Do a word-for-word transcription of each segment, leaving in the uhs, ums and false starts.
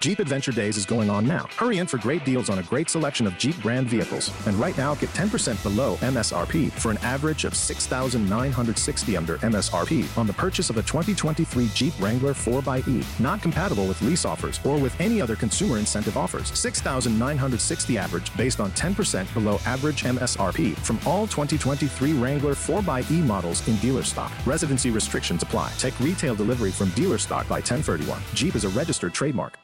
Jeep Adventure Days is going on now. Hurry in for great deals on a great selection of Jeep brand vehicles. And right now, get ten percent below M S R P for an average of six thousand nine hundred sixty dollars under M S R P on the purchase of a twenty twenty-three Jeep Wrangler four by E. Not compatible with lease offers or with any other consumer incentive offers. six thousand nine hundred sixty dollars average based on ten percent below average M S R P from all twenty twenty-three Wrangler four by E models in dealer stock. Residency restrictions apply. Take retail delivery from dealer stock by ten thirty-one. Jeep is a registered trademark.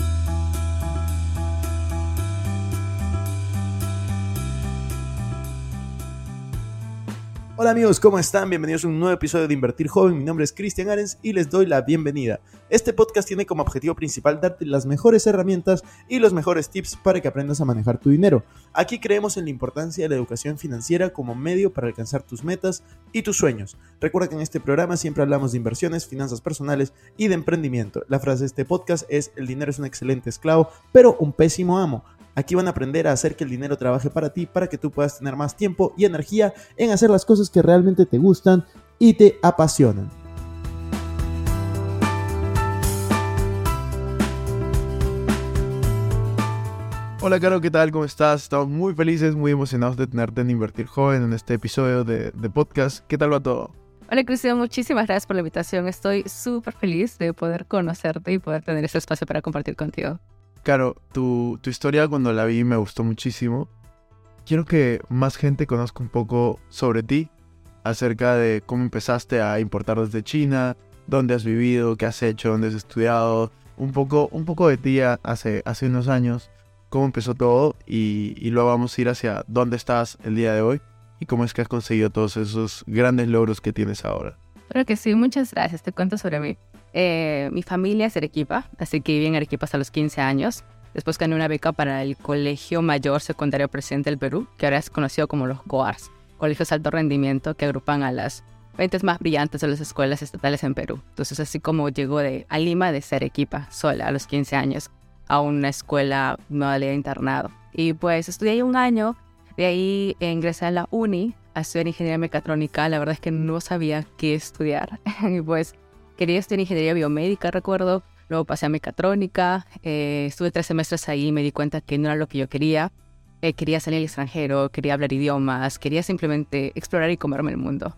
Hola amigos, ¿cómo están? Bienvenidos a un nuevo episodio de Invertir Joven. Mi nombre es Cristian Arens y les doy la bienvenida. Este podcast tiene como objetivo principal darte las mejores herramientas y los mejores tips para que aprendas a manejar tu dinero. Aquí creemos en la importancia de la educación financiera como medio para alcanzar tus metas y tus sueños. Recuerda que en este programa siempre hablamos de inversiones, finanzas personales y de emprendimiento. La frase de este podcast es: el dinero es un excelente esclavo, pero un pésimo amo. Aquí van a aprender a hacer que el dinero trabaje para ti, para que tú puedas tener más tiempo y energía en hacer las cosas que realmente te gustan y te apasionan. Hola Caro, ¿qué tal? ¿Cómo estás? Estamos muy felices, muy emocionados de tenerte en Invertir Joven en este episodio de, de podcast. ¿Qué tal va todo? Hola Cristian, muchísimas gracias por la invitación. Estoy súper feliz de poder conocerte y poder tener este espacio para compartir contigo. Caro, tu, tu historia cuando la vi me gustó muchísimo. Quiero que más gente conozca un poco sobre ti, acerca de cómo empezaste a importar desde China, dónde has vivido, qué has hecho, dónde has estudiado, un poco, un poco de ti hace, hace unos años, cómo empezó todo y, y luego vamos a ir hacia dónde estás el día de hoy y cómo es que has conseguido todos esos grandes logros que tienes ahora. Claro que sí, muchas gracias. Te cuento sobre mí. Eh, mi familia es de Arequipa, así que viví en Arequipa hasta los quince años. Después gané una beca para el Colegio Mayor Secundario Presidente del Perú, que ahora es conocido como los COARS, Colegios de Alto Rendimiento, que agrupan a las veinte más brillantes de las escuelas estatales en Perú. Entonces, así como llegó de, a Lima de ser Arequipa sola a los quince años a una escuela modalidad internado. Y pues estudié ahí un año, de ahí ingresé a la uni a estudiar Ingeniería Mecatrónica. La verdad es que no sabía qué estudiar y pues quería estudiar Ingeniería Biomédica, recuerdo. Luego pasé a Mecatrónica, eh, estuve tres semestres ahí y me di cuenta que no era lo que yo quería. Eh, quería salir al extranjero, quería hablar idiomas, quería simplemente explorar y comerme el mundo.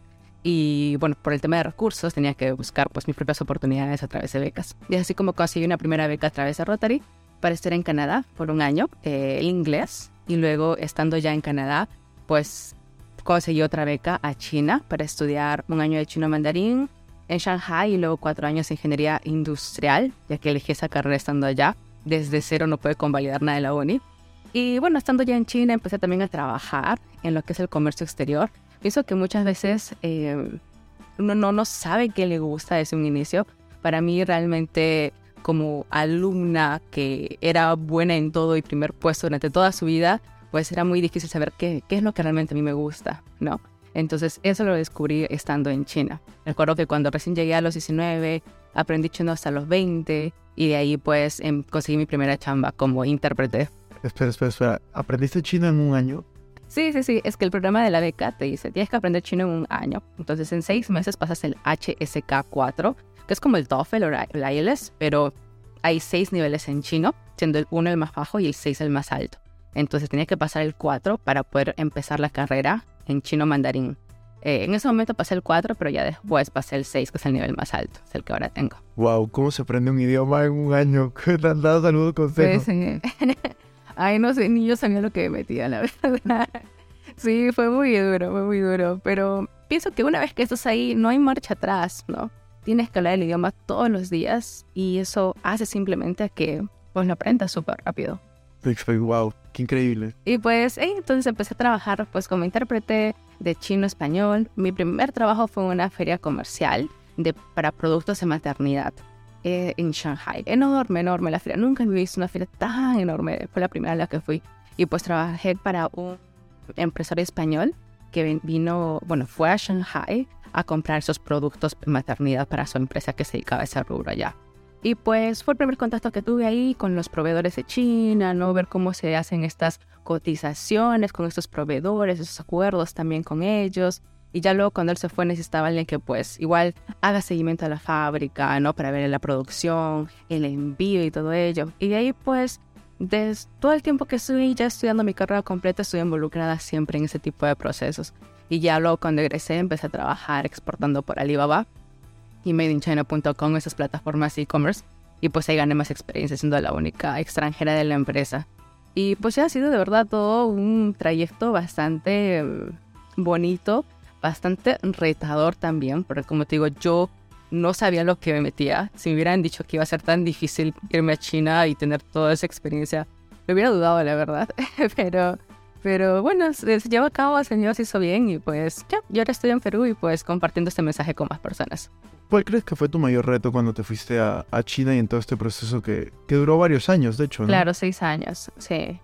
Y bueno, por el tema de recursos tenía que buscar pues mis propias oportunidades a través de becas. Y así como conseguí una primera beca a través de Rotary para estar en Canadá por un año, eh, el inglés. Y luego estando ya en Canadá, pues conseguí otra beca a China para estudiar un año de chino mandarín en Shanghai y luego cuatro años de ingeniería industrial, ya que elegí esa carrera estando allá. Desde cero no pude convalidar nada de la uni. Y bueno, estando ya en China empecé también a trabajar en lo que es el comercio exterior. Pienso que muchas veces eh, uno no, no sabe qué le gusta desde un inicio. Para mí realmente como alumna que era buena en todo y primer puesto durante toda su vida, pues era muy difícil saber qué, qué es lo que realmente a mí me gusta, ¿no? Entonces eso lo descubrí estando en China. Recuerdo que cuando recién llegué a los diecinueve, aprendí chino hasta los veinte y de ahí pues em, conseguí mi primera chamba como intérprete. Espera, espera, espera. ¿Aprendiste chino en un año? Sí, sí, sí. Es que el programa de la beca te dice, tienes que aprender chino en un año. Entonces en seis meses pasas el H S K cuatro, que es como el TOEFL o el I E L T S, pero hay seis niveles en chino, siendo el uno el más bajo y el seis el más alto. Entonces tenía que pasar el cuatro para poder empezar la carrera en chino mandarín. Eh, en ese momento pasé el cuatro, pero ya después pasé el seis, que es el nivel más alto, es el que ahora tengo. Wow, ¿cómo se aprende un idioma en un año? ¿Qué tal? Saludos, consejos. Sí, sí. Ay, no sé, ni yo sabía lo que me metía, la verdad. Sí, fue muy duro, fue muy duro. Pero pienso que una vez que estás ahí, no hay marcha atrás, ¿no? Tienes que hablar el idioma todos los días y eso hace simplemente que pues lo aprendas súper rápido. Wow, qué increíble. Y pues eh, entonces empecé a trabajar pues como intérprete de chino-español. Mi primer trabajo fue en una feria comercial de, para productos de maternidad eh, en Shanghai. Enorme, enorme la feria. Nunca había visto una feria tan enorme. Fue la primera en la que fui. Y pues trabajé para un empresario español que vino, bueno, fue a Shanghai a comprar esos productos de maternidad para su empresa que se dedicaba a ese rubro allá. Y pues fue el primer contacto que tuve ahí con los proveedores de China, ¿no? Ver cómo se hacen estas cotizaciones con estos proveedores, esos acuerdos también con ellos. Y ya luego cuando él se fue necesitaba alguien que pues igual haga seguimiento a la fábrica, ¿no? Para ver la producción, el envío y todo ello. Y de ahí pues, desde todo el tiempo que estuve ya estudiando mi carrera completa, estuve involucrada siempre en ese tipo de procesos. Y ya luego cuando egresé empecé a trabajar exportando por Alibaba y made in china punto com, esas plataformas e-commerce. Y pues ahí gané más experiencia siendo la única extranjera de la empresa. Y pues ya ha sido de verdad todo un trayecto bastante bonito, bastante retador también, porque como te digo, yo no sabía lo que me metía. Si me hubieran dicho que iba a ser tan difícil irme a China y tener toda esa experiencia, lo hubiera dudado, la verdad. pero, pero bueno, se, se llevó a cabo, el Señor se hizo bien y pues ya, yo ahora estoy en Perú y pues compartiendo este mensaje con más personas. ¿Cuál crees que fue tu mayor reto cuando te fuiste a, a China y en todo este proceso que, que duró varios años, de hecho, ¿no? Claro, seis años, sí.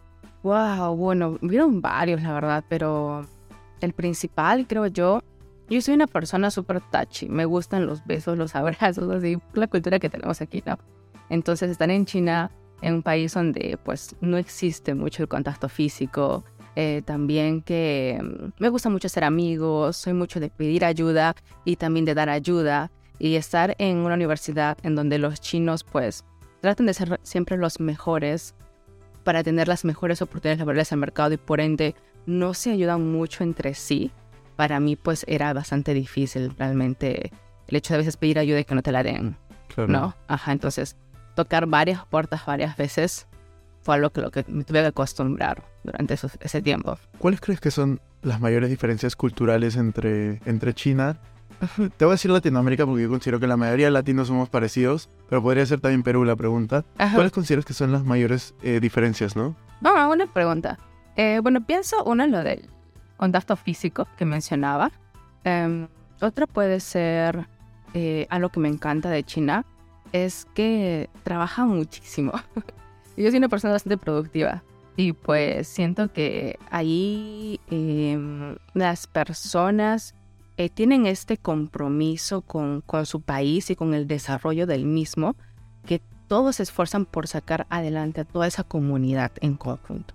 Wow, bueno, hubieron varios, la verdad, pero el principal, creo yo, yo soy una persona súper touchy. Me gustan los besos, los abrazos, así, la cultura que tenemos aquí, ¿no? Entonces, estar en China, en un país donde, pues, no existe mucho el contacto físico, eh, también que me gusta mucho ser amigos, soy mucho de pedir ayuda y también de dar ayuda, y estar en una universidad en donde los chinos, pues, tratan de ser siempre los mejores para tener las mejores oportunidades laborales al mercado y por ende no se ayudan mucho entre sí. Para mí pues era bastante difícil realmente el hecho de a veces pedir ayuda y que no te la den, Claro. ¿no? Ajá, entonces tocar varias puertas varias veces fue algo que, lo que me tuve que acostumbrar durante esos, ese tiempo. ¿Cuáles crees que son las mayores diferencias culturales entre, entre China? Te voy a decir Latinoamérica porque yo considero que la mayoría de latinos somos parecidos, pero podría ser también Perú la pregunta. Ajá. ¿Cuáles consideras que son las mayores eh, diferencias, no? Vamos a una pregunta. Eh, bueno, pienso una en lo del contacto físico que mencionaba. Eh, otra puede ser eh, algo que me encanta de China, es que trabaja muchísimo. Yo soy una persona bastante productiva y pues siento que ahí eh, las personas eh, tienen este compromiso con, con su país y con el desarrollo del mismo, que todos se esfuerzan por sacar adelante a toda esa comunidad en conjunto.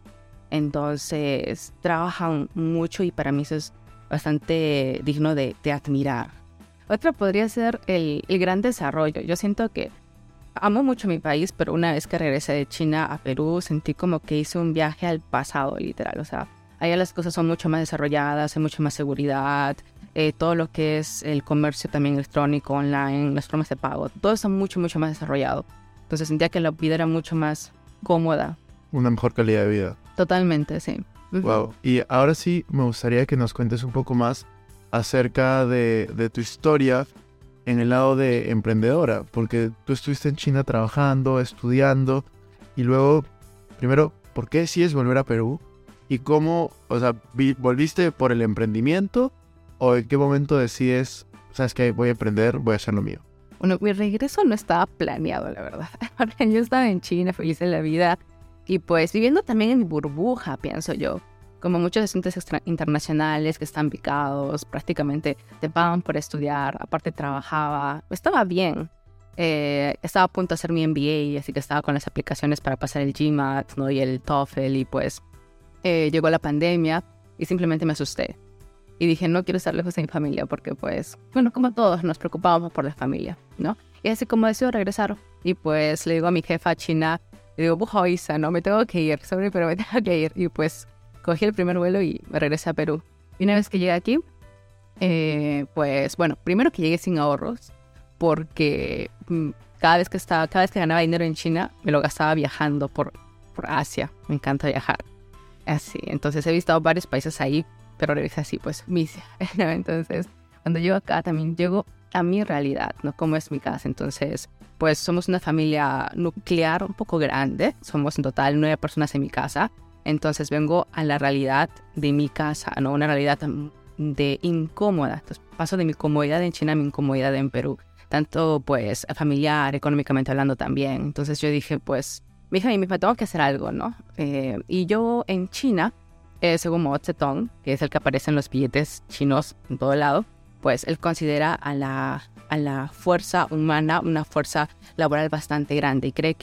Entonces trabajan mucho y para mí eso es bastante digno de, de admirar. Otra podría ser el, el gran desarrollo. Yo siento que amo mucho mi país, pero una vez que regresé de China a Perú sentí como que hice un viaje al pasado, literal. O sea, allá las cosas son mucho más desarrolladas, hay mucha más seguridad, eh, todo lo que es el comercio también electrónico, online, las formas de pago, todo está mucho, mucho más desarrollado. Entonces sentía que la vida era mucho más cómoda. Una mejor calidad de vida. Totalmente, sí. Uh-huh. Wow. Y ahora sí me gustaría que nos cuentes un poco más acerca de, de tu historia en el lado de emprendedora, porque tú estuviste en China trabajando, estudiando, y luego, primero, ¿por qué decides volver a Perú? ¿Y cómo, o sea, vi, volviste por el emprendimiento o en qué momento decides, sabes qué, voy a emprender, voy a hacer lo mío? Bueno, mi regreso no estaba planeado, la verdad. Yo estaba en China, feliz de la vida, y pues viviendo también en burbuja, pienso yo. Como muchos estudiantes extra- internacionales que están picados, prácticamente te pagan por estudiar, aparte trabajaba, estaba bien. Eh, estaba a punto de hacer mi M B A, así que estaba con las aplicaciones para pasar el GMAT, ¿no? Y el TOEFL, y pues eh, llegó la pandemia y simplemente me asusté. Y dije, no quiero estar lejos de mi familia porque pues, bueno, como todos nos preocupábamos por la familia, ¿no? Y así como decido regresar. Y pues le digo a mi jefa china, le digo, buja Isa, ¿no? Me tengo que ir, sobre, pero me tengo que ir. Y pues cogí el primer vuelo y me regresé a Perú. Y una vez que llegué aquí, eh, pues bueno, primero que llegué sin ahorros, porque mm, cada vez que estaba, cada vez que ganaba dinero en China, me lo gastaba viajando por, por Asia. Me encanta viajar. Así, entonces he visitado varios países ahí, pero regresé así, pues, misia. Entonces, cuando llego acá también llego a mi realidad, ¿no? Como es mi casa. Entonces, pues somos una familia nuclear un poco grande. Somos en total nueve personas en mi casa. Entonces vengo a la realidad de mi casa, ¿no? Una realidad de incómoda. Entonces paso de mi comodidad en China a mi incomodidad en Perú. Tanto, pues, familiar, económicamente hablando también. Entonces yo dije, pues, mi hija y mi misma tengo que hacer algo, ¿no? Eh, y yo en China, eh, según Mao Zedong, que es el que aparece en los billetes chinos en todo lado, pues él considera a la, a la fuerza humana una fuerza laboral bastante grande y cree que a más gente, mayor fuerza, bueno, él creía mayor gente, mayor fuerza te puede tener un país. Entonces, sentía que la vida era mucho más cómoda.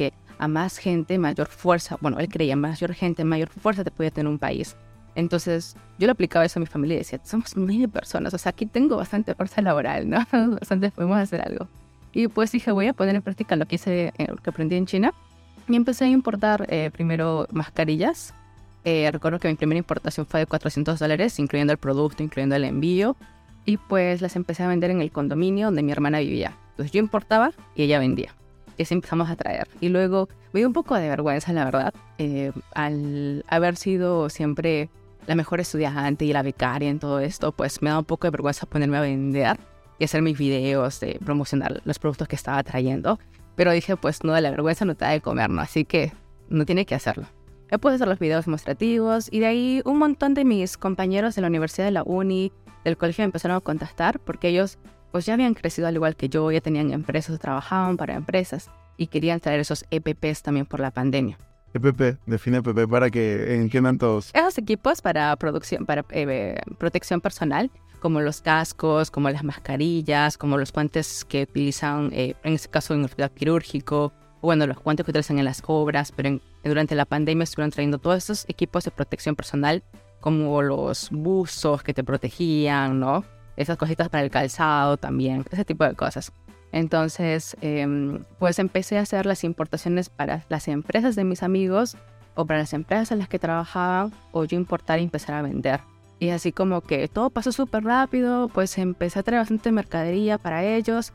Entonces, yo lo aplicaba eso a mi familia y decía, somos mil personas, o sea, aquí tengo bastante fuerza laboral, ¿no? Bastante, podemos hacer algo. Y pues dije, voy a poner en práctica lo que hice, eh, lo que aprendí en China. Y empecé a importar eh, primero mascarillas. Eh, recuerdo que mi primera importación fue de cuatrocientos dólares, incluyendo el producto, incluyendo el envío. Y pues las empecé a vender en el condominio donde mi hermana vivía. Entonces yo importaba y ella vendía. Y así empezamos a traer. Y luego me dio un poco de vergüenza, la verdad, eh, al haber sido siempre la mejor estudiante y la becaria en todo esto, pues me da un poco de vergüenza ponerme a vender y hacer mis videos de promocionar los productos que estaba trayendo. Pero dije, pues no, de la vergüenza no te da de comer, ¿no? Así que no tiene que hacerlo. He podido hacer los videos demostrativos y de ahí un montón de mis compañeros de la universidad, de la uni, del colegio me empezaron a contactar porque ellos pues ya habían crecido al igual que yo, ya tenían empresas, trabajaban para empresas y querían traer esos E P Pes también por la pandemia. E P P, define E P P para que entiendan todos. Esos equipos para producción, para eh, protección personal, como los cascos, como las mascarillas, como los guantes que utilizan, eh, en este caso en el hospital quirúrgico, o bueno, los guantes que utilizan en las obras, pero en, durante la pandemia estuvieron trayendo todos esos equipos de protección personal, como los buzos que te protegían, ¿no? Esas cositas para el calzado también, ese tipo de cosas. Entonces, eh, pues empecé a hacer las importaciones para las empresas de mis amigos o para las empresas en las que trabajaban, o yo importar y empezar a vender. Y así como que todo pasó súper rápido, pues empecé a traer bastante mercadería para ellos.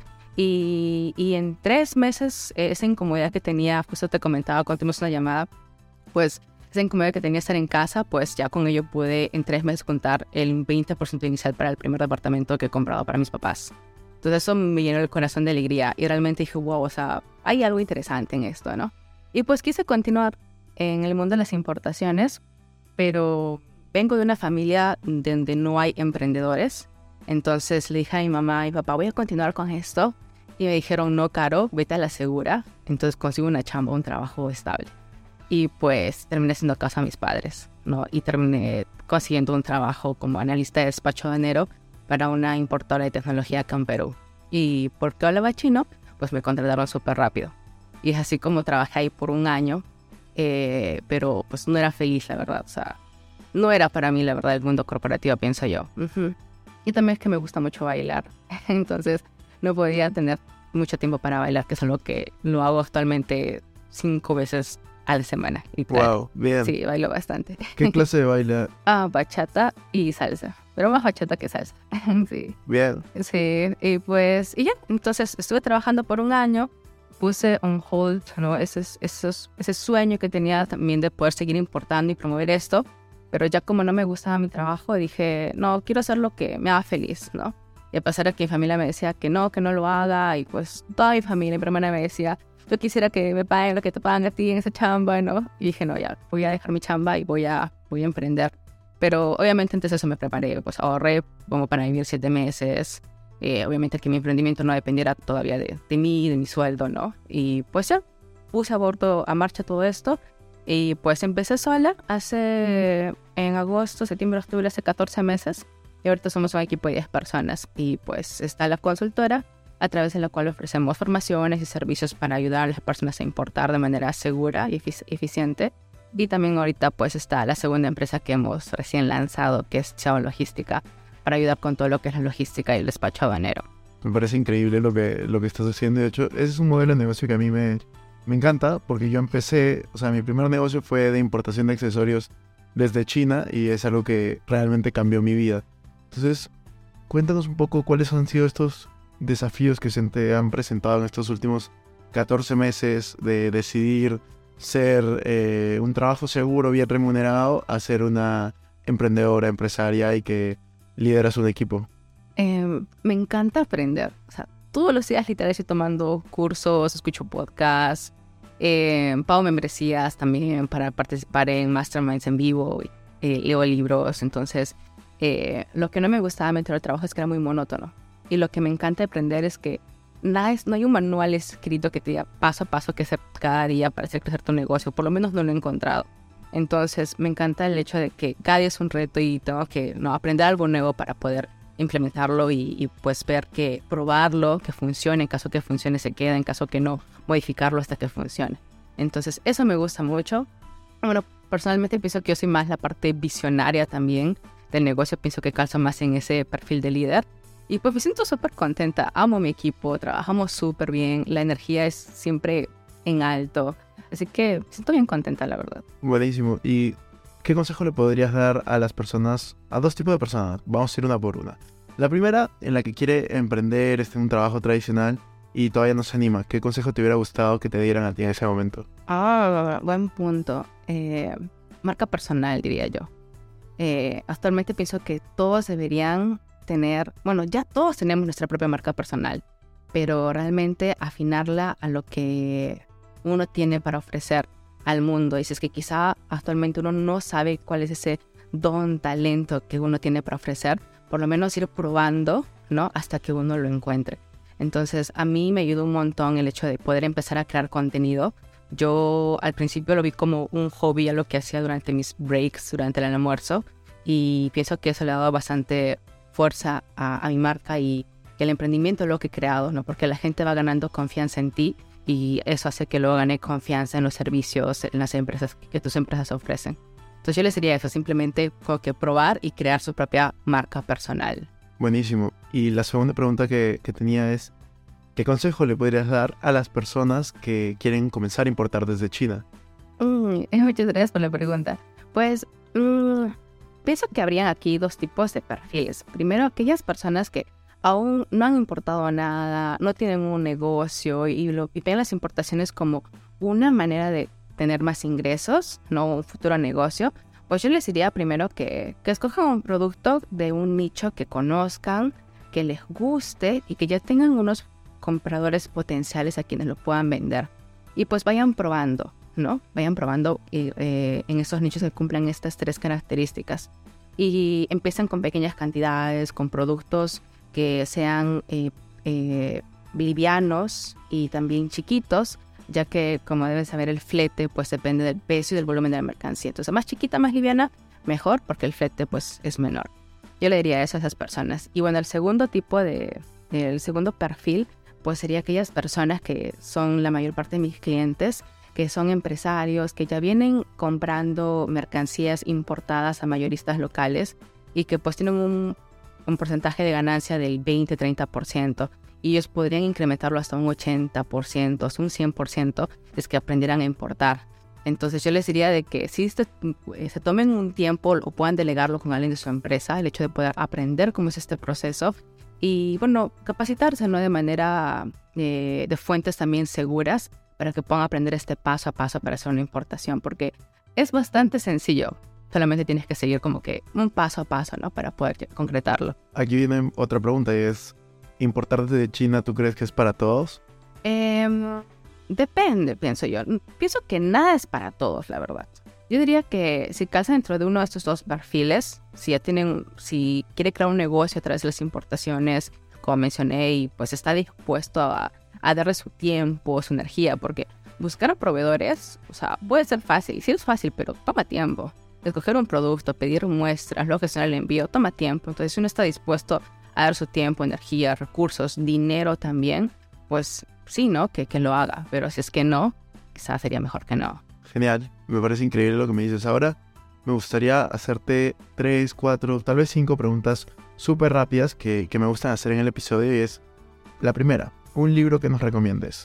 Y, y en tres meses, esa incomodidad que tenía, justo te comentaba cuando tuvimos una llamada, pues esa incomodidad que tenía estar en casa, pues ya con ello pude en tres meses contar el veinte por ciento inicial para el primer departamento que he comprado para mis papás. Entonces eso me llenó el corazón de alegría y realmente dije, wow, o sea, hay algo interesante en esto, ¿no? Y pues quise continuar en el mundo de las importaciones, pero vengo de una familia donde no hay emprendedores. Entonces le dije a mi mamá y papá, voy a continuar con esto. Y me dijeron, no, Caro, vete a la segura. Entonces consigo una chamba, un trabajo estable. Y pues terminé haciendo caso a mis padres, ¿no? Y terminé consiguiendo un trabajo como analista de despacho aduanero para una importadora de tecnología acá en Perú. Y porque hablaba chino, pues me contrataron súper rápido. Y es así como trabajé ahí por un año. Eh, pero pues no era feliz, la verdad. O sea, no era para mí, la verdad, el mundo corporativo, pienso yo. Uh-huh. Y también es que me gusta mucho bailar. Entonces no podía tener mucho tiempo para bailar, que es algo que lo hago actualmente cinco veces a la semana. Wow, bien. Sí, bailo bastante. ¿Qué clase de baile? Ah, bachata y salsa. Pero más bachata que salsa. Sí. Bien. Sí, y pues, y ya. Entonces estuve trabajando por un año. Puse on hold, ¿no? Ese, ese, ese sueño que tenía también de poder seguir importando y promover esto. Pero ya como no me gustaba mi trabajo, dije, no, quiero hacer lo que me haga feliz, ¿no? Y a pesar de que mi familia me decía que no, que no lo haga, y pues toda mi familia, mi hermana me decía, yo quisiera que me paguen lo que te pagan a ti en esa chamba, ¿no? Y dije, no, ya, voy a dejar mi chamba y voy a, voy a emprender. Pero obviamente antes de eso me preparé, pues ahorré como para vivir siete meses. Eh, obviamente que mi emprendimiento no dependiera todavía de, de mí, de mi sueldo, ¿no? Y pues ya, puse a bordo, a marcha todo esto. Y pues empecé sola hace, en agosto, septiembre, octubre, hace catorce meses. Y ahorita somos un equipo de diez personas. Y pues está la consultora, a través de la cual ofrecemos formaciones y servicios para ayudar a las personas a importar de manera segura y efic- eficiente. Y también ahorita pues está la segunda empresa que hemos recién lanzado, que es Chao Logística, para ayudar con todo lo que es la logística y el despacho aduanero. Me parece increíble lo que, lo que estás haciendo. De hecho, ese es un modelo de negocio que a mí me, me encanta, porque yo empecé, o sea, mi primer negocio fue de importación de accesorios desde China y es algo que realmente cambió mi vida. Entonces, cuéntanos un poco cuáles han sido estos desafíos que se te han presentado en estos últimos catorce meses de decidir ser eh, un trabajo seguro, bien remunerado, a ser una emprendedora, empresaria y que lideras un equipo. Eh, me encanta aprender. O sea, todos los días literal estoy tomando cursos, escucho podcasts, eh, pago membresías también para participar en masterminds en vivo, eh, leo libros. Entonces, eh, lo que no me gustaba meter al trabajo es que era muy monótono. Y lo que me encanta aprender es que nada es, no hay un manual escrito que te diga paso a paso qué hacer cada día para hacer crecer tu negocio. Por lo menos no lo he encontrado. Entonces, me encanta el hecho de que cada día es un reto y tengo que no, aprender algo nuevo para poder implementarlo y, y pues ver que probarlo, que funcione, en caso que funcione se queda, en caso que no, modificarlo hasta que funcione. Entonces eso me gusta mucho. Bueno, personalmente pienso que yo soy más la parte visionaria también del negocio. Pienso que calzo más en ese perfil de líder. Y pues me siento súper contenta. Amo mi equipo, trabajamos súper bien. La energía es siempre en alto. Así que me siento bien contenta, la verdad. Buenísimo. ¿Y qué consejo le podrías dar a las personas, a dos tipos de personas? Vamos a ir una por una. La primera, en la que quiere emprender este, un trabajo tradicional y todavía no se anima. ¿Qué consejo te hubiera gustado que te dieran a ti en ese momento? Ah, buen punto. Eh, marca personal, diría yo. Eh, actualmente pienso que todos deberían tener, bueno, ya todos tenemos nuestra propia marca personal, pero realmente afinarla a lo que uno tiene para ofrecer al mundo. Y si es que quizá actualmente uno no sabe cuál es ese don, talento que uno tiene para ofrecer, por lo menos ir probando, ¿no? Hasta que uno lo encuentre. Entonces, a mí me ayudó un montón el hecho de poder empezar a crear contenido. Yo al principio lo vi como un hobby, a lo que hacía durante mis breaks, durante el almuerzo, y pienso que eso le ha dado bastante fuerza a, a mi marca y, y el emprendimiento, lo que he creado, ¿no? Porque la gente va ganando confianza en ti y eso hace que luego gane confianza en los servicios, en las empresas que tus empresas ofrecen. Entonces yo les diría eso, simplemente como que probar y crear su propia marca personal. Buenísimo. Y la segunda pregunta que, que tenía es, ¿qué consejo le podrías dar a las personas que quieren comenzar a importar desde China? Mm, muchas gracias por la pregunta. Pues mm, pienso que habrían aquí dos tipos de perfiles. Primero, aquellas personas que aún no han importado nada, no tienen un negocio y, lo, y ven las importaciones como una manera de tener más ingresos, no un futuro negocio. Pues yo les diría primero que, que escojan un producto de un nicho que conozcan, que les guste y que ya tengan unos compradores potenciales a quienes lo puedan vender. Y pues vayan probando, ¿no? Vayan probando eh, eh, en esos nichos que cumplan estas tres características. Y empiezan con pequeñas cantidades, con productos que sean eh, eh, livianos y también chiquitos, ya que, como deben saber, el flete pues depende del peso y del volumen de la mercancía. Entonces, más chiquita, más liviana, mejor, porque el flete pues es menor. Yo le diría eso a esas personas. Y bueno, el segundo tipo de, el segundo perfil pues sería aquellas personas que son la mayor parte de mis clientes, que son empresarios, que ya vienen comprando mercancías importadas a mayoristas locales y que pues tienen un, un porcentaje de ganancia del veinte a treinta por ciento. Y ellos podrían incrementarlo hasta un ochenta por ciento, hasta un cien por ciento, es que aprendieran a importar. Entonces yo les diría de que si se, se tomen un tiempo o puedan delegarlo con alguien de su empresa, el hecho de poder aprender cómo es este proceso y, bueno, capacitarse, ¿no? De manera eh, de fuentes también seguras para que puedan aprender este paso a paso para hacer una importación, porque es bastante sencillo. Solamente tienes que seguir como que un paso a paso, ¿no? Para poder concretarlo. Aquí viene otra pregunta y es, ¿importar desde China tú crees que es para todos? Eh, depende, pienso yo. Pienso que nada es para todos, la verdad. Yo diría que si calza dentro de uno de estos dos perfiles, si ya tienen, si quiere crear un negocio a través de las importaciones, como mencioné, y pues está dispuesto a, a darle su tiempo, su energía, porque buscar a proveedores, o sea, puede ser fácil, sí es fácil, pero toma tiempo. Escoger un producto, pedir muestras, luego gestionar el envío, toma tiempo. Entonces, si uno está dispuesto a dar su tiempo, energía, recursos, dinero también, pues sí, ¿no? Que, que lo haga. Pero si es que no, quizás sería mejor que no. Genial, me parece increíble lo que me dices ahora. Me gustaría hacerte tres, cuatro, tal vez cinco preguntas súper rápidas que, que me gustan hacer en el episodio y es, la primera, un libro que nos recomiendes.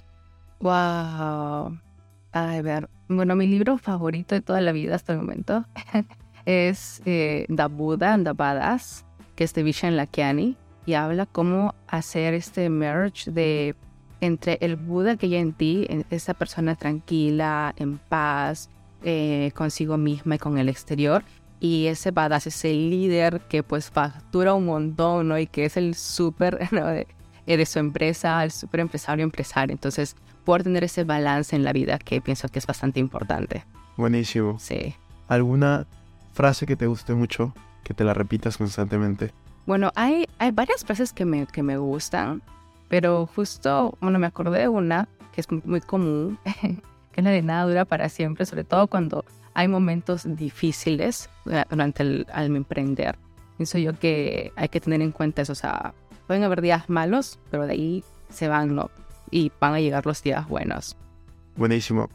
Wow. A ver, bueno, mi libro favorito de toda la vida hasta el momento es eh, The Buddha and the Badass, que es de Vishen Lakhiani, y habla cómo hacer este merge de entre el Buda que hay en ti, esa persona tranquila, en paz, eh, consigo misma y con el exterior, y ese badass, ese líder que pues factura un montón, ¿no? Y que es el súper, ¿no? de, de su empresa, el súper empresario empresario. Entonces, poder tener ese balance en la vida que pienso que es bastante importante. Buenísimo. Sí. ¿Alguna frase que te guste mucho, que te la repitas constantemente? Bueno, hay, hay varias frases que me, que me gustan, pero justo, bueno, me acordé de una que es muy, muy común, que es la de nada dura para siempre, sobre todo cuando hay momentos difíciles durante el al emprender. Pienso yo que hay que tener en cuenta eso, o sea, pueden haber días malos, pero de ahí se van, ¿no? Y van a llegar los días buenos. Buenísimo.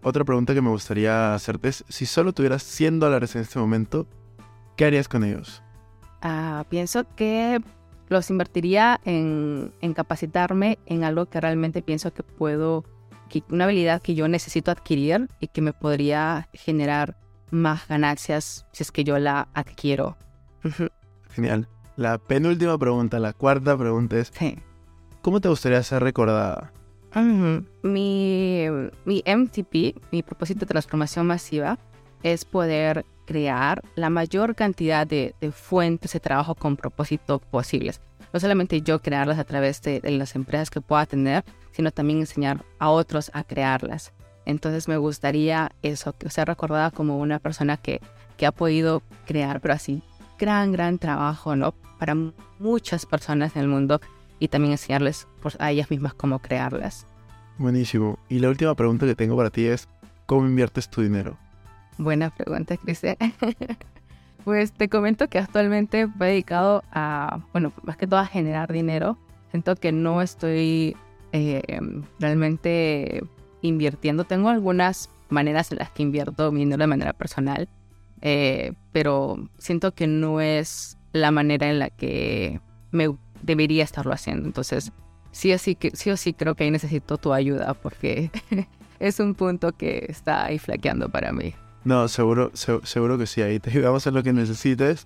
otra pregunta que me gustaría hacerte es, si solo tuvieras cien dólares en este momento, ¿qué harías con ellos? Uh, pienso que los invertiría en, en capacitarme en algo que realmente pienso que puedo, que una habilidad que yo necesito adquirir y que me podría generar más ganancias si es que yo la adquiero. Genial. La penúltima pregunta, la cuarta pregunta es, sí. ¿Cómo te gustaría ser recordada? Uh-huh. Mi, mi M T P, mi propósito de transformación masiva, es poder crear la mayor cantidad de, de fuentes de trabajo con propósito posibles. No solamente yo crearlas a través de, de las empresas que pueda tener, sino también enseñar a otros a crearlas. Entonces me gustaría eso, que sea recordada como una persona que, que ha podido crear, pero así, gran, gran trabajo, ¿no? Para muchas personas en el mundo y también enseñarles pues, a ellas mismas cómo crearlas. Buenísimo. Y la última pregunta que tengo para ti es, ¿cómo inviertes tu dinero? Buena pregunta, Cristian. Pues te comento que actualmente me he dedicado a, bueno, más que todo a generar dinero. Siento que no estoy eh, realmente invirtiendo. Tengo algunas maneras en las que invierto mi dinero de manera personal, eh, pero siento que no es la manera en la que me debería estarlo haciendo. Entonces, sí o sí, sí, o sí creo que ahí necesito tu ayuda porque es un punto que está ahí flaqueando para mí. No, seguro, se, seguro que sí, ahí te ayudamos en lo que necesites.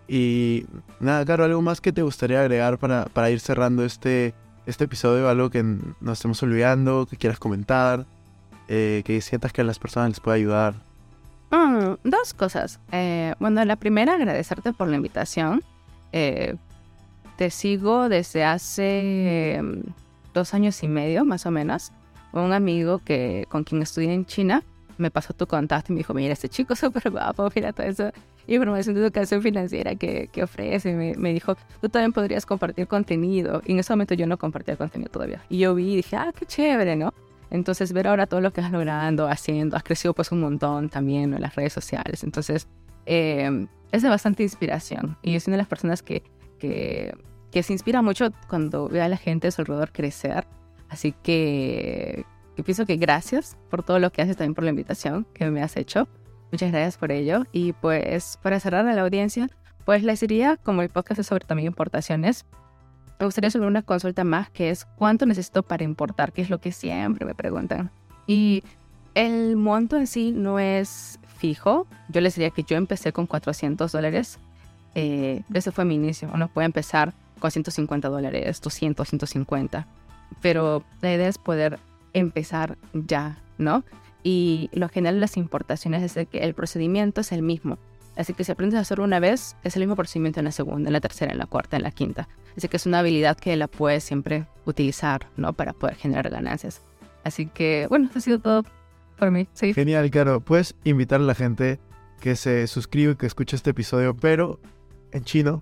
Y nada, Caro, ¿algo más que te gustaría agregar para, para ir cerrando este, este episodio? ¿Algo que nos estemos olvidando, que quieras comentar, eh, que sientas que a las personas les puede ayudar? Mm, dos cosas. Eh, bueno, la primera, agradecerte por la invitación. Eh, te sigo desde hace eh, dos años y medio, más o menos. Un amigo que, con quien estudié en China me pasó tu contacto y me dijo, mira, este chico es súper guapo, mira todo eso, información de educación financiera que, que ofrece. Me, me dijo, tú también podrías compartir contenido. Y en ese momento yo no compartía contenido todavía. Y yo vi y dije, ah, qué chévere, ¿no? Entonces ver ahora todo lo que has logrado, haciendo, has crecido pues un montón también, ¿no? En las redes sociales. Entonces eh, es de bastante inspiración. Y yo soy una de las personas que, que, que se inspira mucho cuando ve a la gente a su alrededor crecer. Así que... que pienso que gracias por todo lo que haces, también por la invitación que me has hecho. Muchas gracias por ello. Y pues para cerrar a la audiencia, pues les diría, como el podcast es sobre también importaciones, me gustaría hacer una consulta más, que es ¿cuánto necesito para importar? Que es lo que siempre me preguntan. Y el monto en sí no es fijo. Yo les diría que yo empecé con cuatrocientos dólares. Eh, ese fue mi inicio. Uno puede empezar con ciento cincuenta dólares, doscientos, ciento cincuenta. Pero la idea es poder empezar ya, ¿no? Y lo general de las importaciones es de que el procedimiento es el mismo. Así que si aprendes a hacerlo una vez, es el mismo procedimiento en la segunda, en la tercera, en la cuarta, en la quinta. Así que es una habilidad que la puedes siempre utilizar, ¿no? Para poder generar ganancias. Así que, bueno, eso ha sido todo por mí. Sí. Genial, Caro. Puedes invitar a la gente que se suscriba y que escuche este episodio, pero en chino.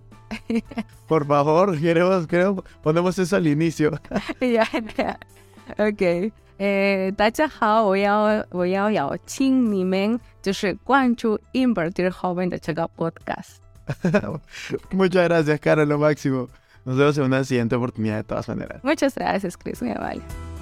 Por favor, queremos, queremos, ponemos eso al inicio. Ya, ya. Ok. 呃，大家好，我要我要邀请你们就是关注 Invertir Joven 的这个 podcast。 Muchas gracias, Caro, lo máximo. Nos vemos en una siguiente oportunidad de todas maneras. Muchas gracias, Chris, muy amable.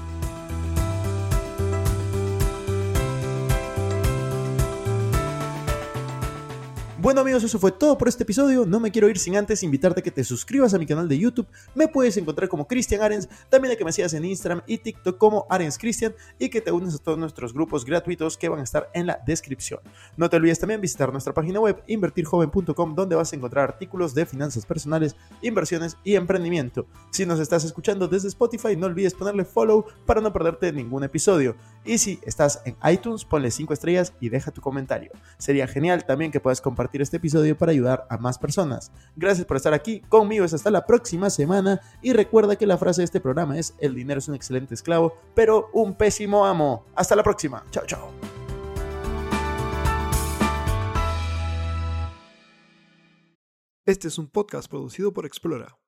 Bueno amigos, eso fue todo por este episodio. No me quiero ir sin antes invitarte a que te suscribas a mi canal de YouTube. Me puedes encontrar como Cristian Arens, también a que me sigas en Instagram y TikTok como Arens Cristian y que te unes a todos nuestros grupos gratuitos que van a estar en la descripción. No te olvides también visitar nuestra página web invertir joven punto com, donde vas a encontrar artículos de finanzas personales, inversiones y emprendimiento. Si nos estás escuchando desde Spotify, no olvides ponerle follow para no perderte ningún episodio. Y si estás en iTunes, ponle cinco estrellas y deja tu comentario. Sería genial también que puedas compartir este episodio para ayudar a más personas. Gracias por estar aquí conmigo, hasta la próxima semana y recuerda que la frase de este programa es: el dinero es un excelente esclavo, pero un pésimo amo. Hasta la próxima. Chao, chao. Este es un podcast producido por Explora.